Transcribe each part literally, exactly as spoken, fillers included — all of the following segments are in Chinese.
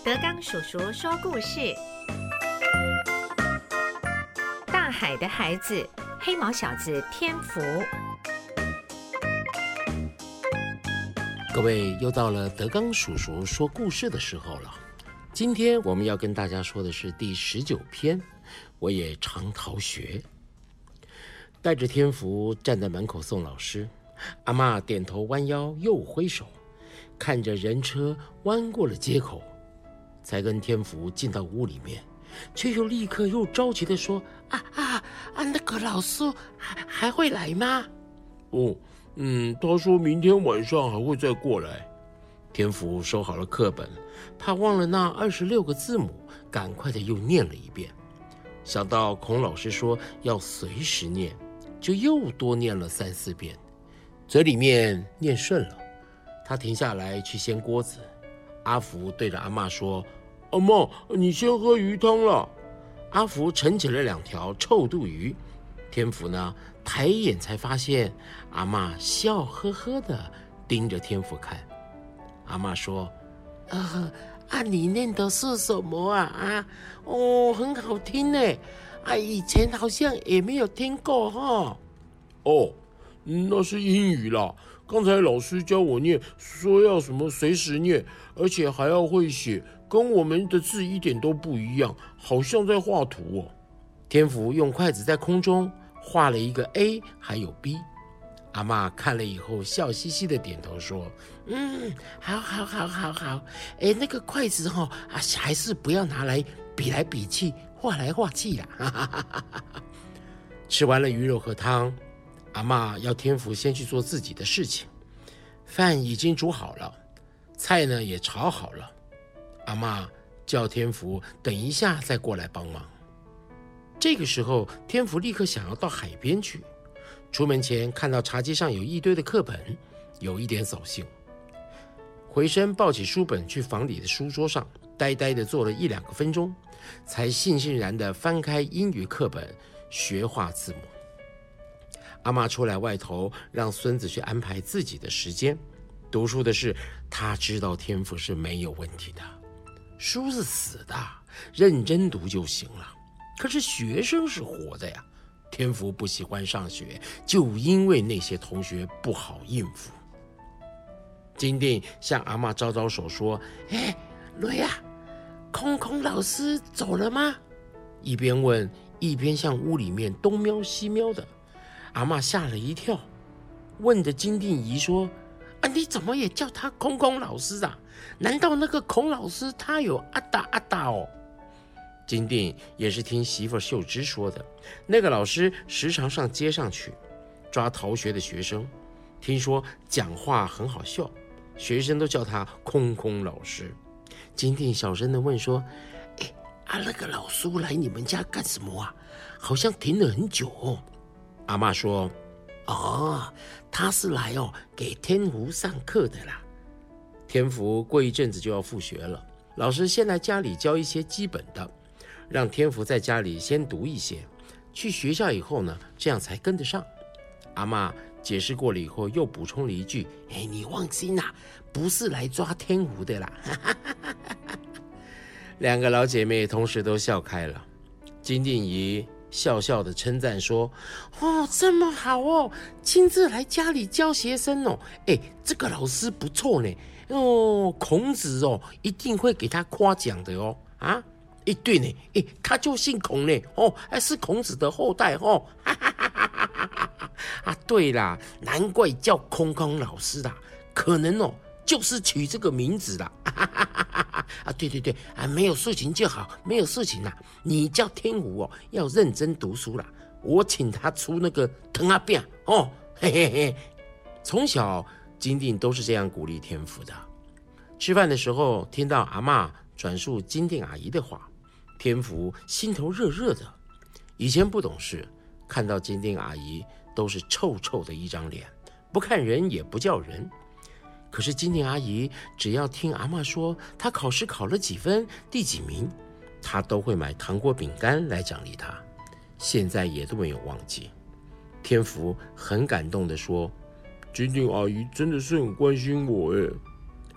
德刚叔叔说故事。大海的孩子，黑毛小子天福。 各位，又到了德刚叔叔说故事的时候了。今天我们要跟大家说的是第十九篇，我也常逃学。带着天福站在门口送老师，阿嬷点头弯腰又挥手，看着人车弯过了街口，才跟天福进到屋里面，却又立刻又着急地说：啊啊啊！那个老师还还会来吗？ 哦，嗯，他说明天晚上还会再过来。 天福收好了课本，怕忘了那二十六个字母，赶快的又念了一遍。想到孔老师说要随时念，就又多念了三四遍，嘴里面念顺了。他停下来去掀锅子。阿福对着阿嬷说： 阿嬷，你先喝鱼汤了。 阿福盛起了两条臭肚鱼。天福呢，抬眼才发现阿嬷笑呵呵的盯着天福看。阿嬷说：呃，啊，你念的是什么啊？啊，哦，很好听呢。啊，以前好像也没有听过哈。 哦，那是英语啦。刚才老师教我念，说要什么随时念，而且还要会写，跟我们的字一点都不一样，好像在画图哦。 天福用筷子在空中画了一个 A 还有 B。阿嬷看了以后，笑嘻嘻的点头说：嗯，好好好好好。哎，那个筷子哈、哦、啊，还是不要拿来比来比去，画来画去啦。吃完了鱼肉和汤，阿嬷要天福先去做自己的事情。饭已经煮好了，菜呢也炒好了。阿嬷叫天福等一下再过来帮忙。这个时候，天福立刻想要到海边去。出门前看到茶几上有一堆的课本，有一点扫兴，回身抱起书本去房里的书桌上，呆呆地坐了一两个分钟，才悻悻然地翻开英语课本学画字母。阿嬷出来外头，让孙子去安排自己的时间。读书的事，他知道天赋是没有问题的，书是死的，认真读就行了。可是学生是活的呀。天福不喜欢上学，就因为那些同学不好应付。金定向阿嬷招招手说：哎，瑞啊，空空老师走了吗？一边问一边向屋里面东瞄西瞄的。阿嬷吓了一跳，问着金定姨说：啊，你怎么也叫他空空老师啊？难道那个孔老师他有阿达阿达哦？金定也是听媳妇秀芝说的，那个老师时常上街上去抓逃学的学生，听说讲话很好笑，学生都叫他空空老师。金定小声地问说：哎，啊，那个老叔来你们家干什么啊？好像停了很久哦。阿嬷说：哦，他是来哦给天福上课的啦。天福过一阵子就要复学了，老师先来家里教一些基本的，让天福在家里先读一些，去学校以后呢，这样才跟得上。阿嬷解释过了以后，又补充了一句：哎，你放心啦，不是来抓天福的啦。两个老姐妹同时都笑开了。金定仪笑笑的称赞说：哦，这么好哦，亲自来家里教学生哦。哎，这个老师不错呢。哦，孔子哦，一定会给他夸奖的哦。啊，哎，对呢，哎，他就姓孔呢。哦，还是孔子的后代哦。啊，对啦，难怪叫空空老师啦，可能哦，就是取这个名字啦。啊，对对对，啊，没有事情就好，没有事情啦。你叫天福哦，要认真读书啦。我请他出那个藤阿饼哦，嘿嘿嘿。从小金定都是这样鼓励天福的。吃饭的时候，听到阿嬷转述金定阿姨的话，天福心头热热的。以前不懂事，看到金定阿姨都是臭臭的一张脸，不看人也不叫人。可是金定阿姨只要听阿嬷说她考试考了几分，第几名，她都会买糖果饼干来奖励她，现在也都没有忘记。天福很感动地说：金定阿姨真的是很关心我耶。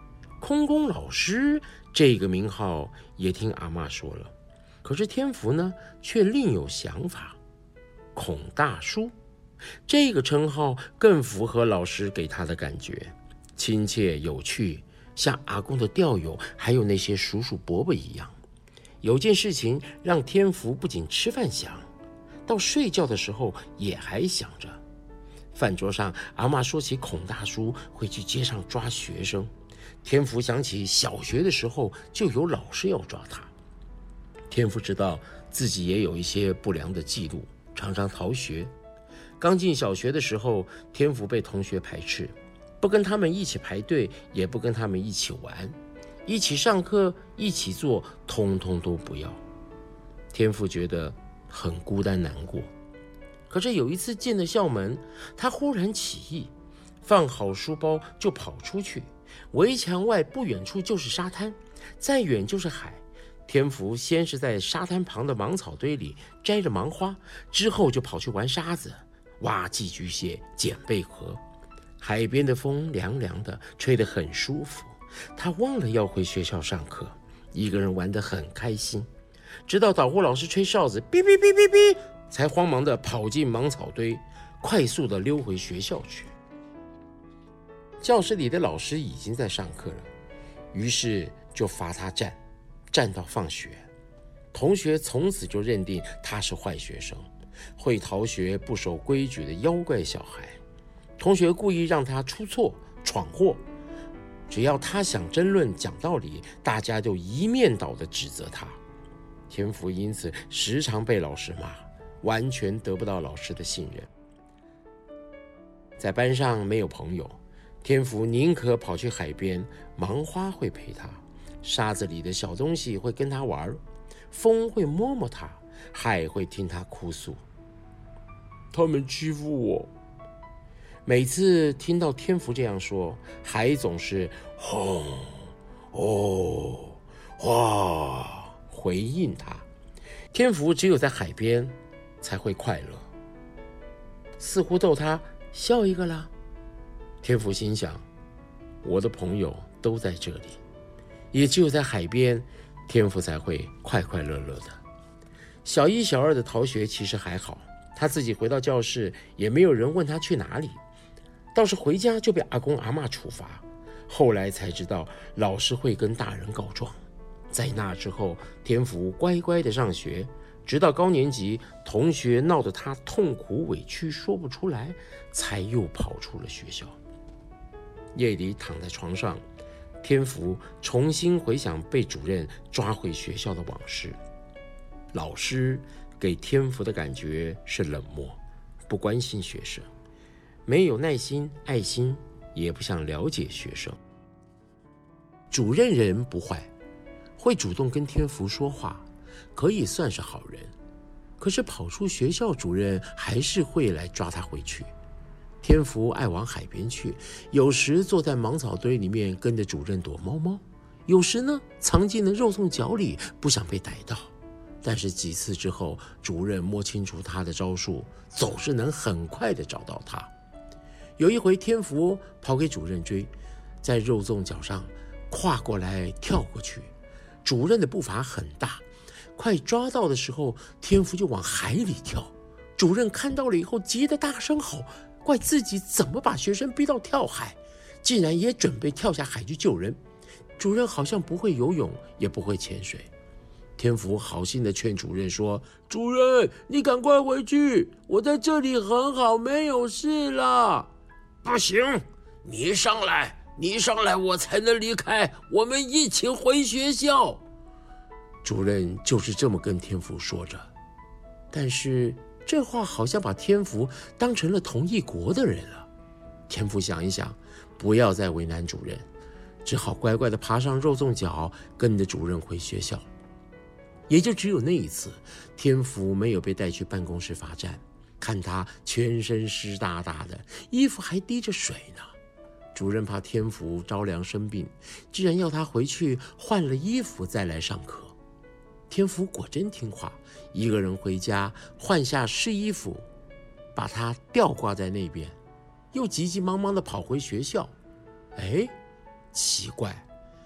空宫老师这个名号也听阿嬷说了，可是天福呢，却另有想法。孔大叔这个称号更符合老师给他的感觉，亲切有趣，像阿公的调友，还有那些叔叔伯伯一样。有件事情让天福不仅吃饭想，到睡觉的时候也还想着。饭桌上，阿嬷说起孔大叔会去街上抓学生，天福想起小学的时候就有老师要抓他。天福知道自己也有一些不良的记录，常常逃学。刚进小学的时候，天福被同学排斥，不跟他们一起排队，也不跟他们一起玩，一起上课，一起做，通通都不要。天福觉得很孤单难过。可是有一次进了校门，他忽然起意，放好书包就跑出去。围墙外不远处就是沙滩，再远就是海。天福先是在沙滩旁的芒草堆里摘了芒花，之后就跑去玩沙子，挖寄居蟹，捡贝壳。海边的风凉凉的，吹得很舒服。他忘了要回学校上课，一个人玩得很开心，直到导护老师吹哨子，哔哔哔哔哔，才慌忙地跑进芒草堆，快速地溜回学校去。教室里的老师已经在上课了，于是就罚他站，站到放学。同学从此就认定他是坏学生，会逃学、不守规矩的妖怪小孩。同学故意让他出错、闯祸，只要他想争论、讲道理，大家就一面倒地指责他。天福因此时常被老师骂，完全得不到老师的信任。在班上没有朋友，天福宁可跑去海边，芒花会陪他，沙子里的小东西会跟他玩，风会摸摸他，海会听他哭诉。 他们欺负我。 每次听到天福这样说，海总是轰哦哇回应他。天福只有在海边才会快乐，似乎逗他笑一个啦。天福心想，我的朋友都在这里，也只有在海边，天福才会快快乐乐的。小一小二的逃学其实还好，他自己回到教室也没有人问他去哪里，倒是回家就被阿公阿嬷处罚。后来才知道老师会跟大人告状。在那之后，天福乖乖的上学，直到高年级，同学闹得他痛苦委屈说不出来，才又跑出了学校。夜里躺在床上，天福重新回想被主任抓回学校的往事。老师给天福的感觉是冷漠，不关心学生，没有耐心、爱心，也不想了解学生。主任人不坏，会主动跟天福说话，可以算是好人。可是跑出学校，主任还是会来抓他回去。天福爱往海边去，有时坐在芒草堆里面跟着主任躲猫猫，有时呢藏进了肉粽角里，不想被逮到。但是几次之后，主任摸清楚他的招数，总是能很快的找到他。有一回，天福跑给主任追，在肉粽角上跨过来跳过去，主任的步伐很大，快抓到的时候，天福就往海里跳。主任看到了以后，急得大声吼，怪自己怎么把学生逼到跳海，竟然也准备跳下海去救人。主任好像不会游泳，也不会潜水。天福好心的劝主任说：“主任，你赶快回去，我在这里很好，没有事啦。”“ 不行，你上来，你上来，我才能离开，我们一起回学校。” 主任就是这么跟天福说着，但是这话好像把天福当成了同一国的人了。天福想一想，不要再为难主任，只好乖乖的爬上肉粽角，跟着主任回学校。也就只有那一次，天福没有被带去办公室罚站，看他全身湿哒哒的，衣服还滴着水呢。主任怕天福着凉生病，竟然要他回去换了衣服再来上课。天福果真听话，一个人回家换下湿衣服，把他吊挂在那边，又急急忙忙地跑回学校。哎，奇怪，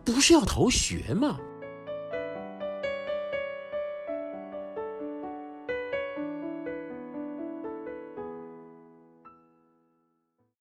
不是要逃学吗？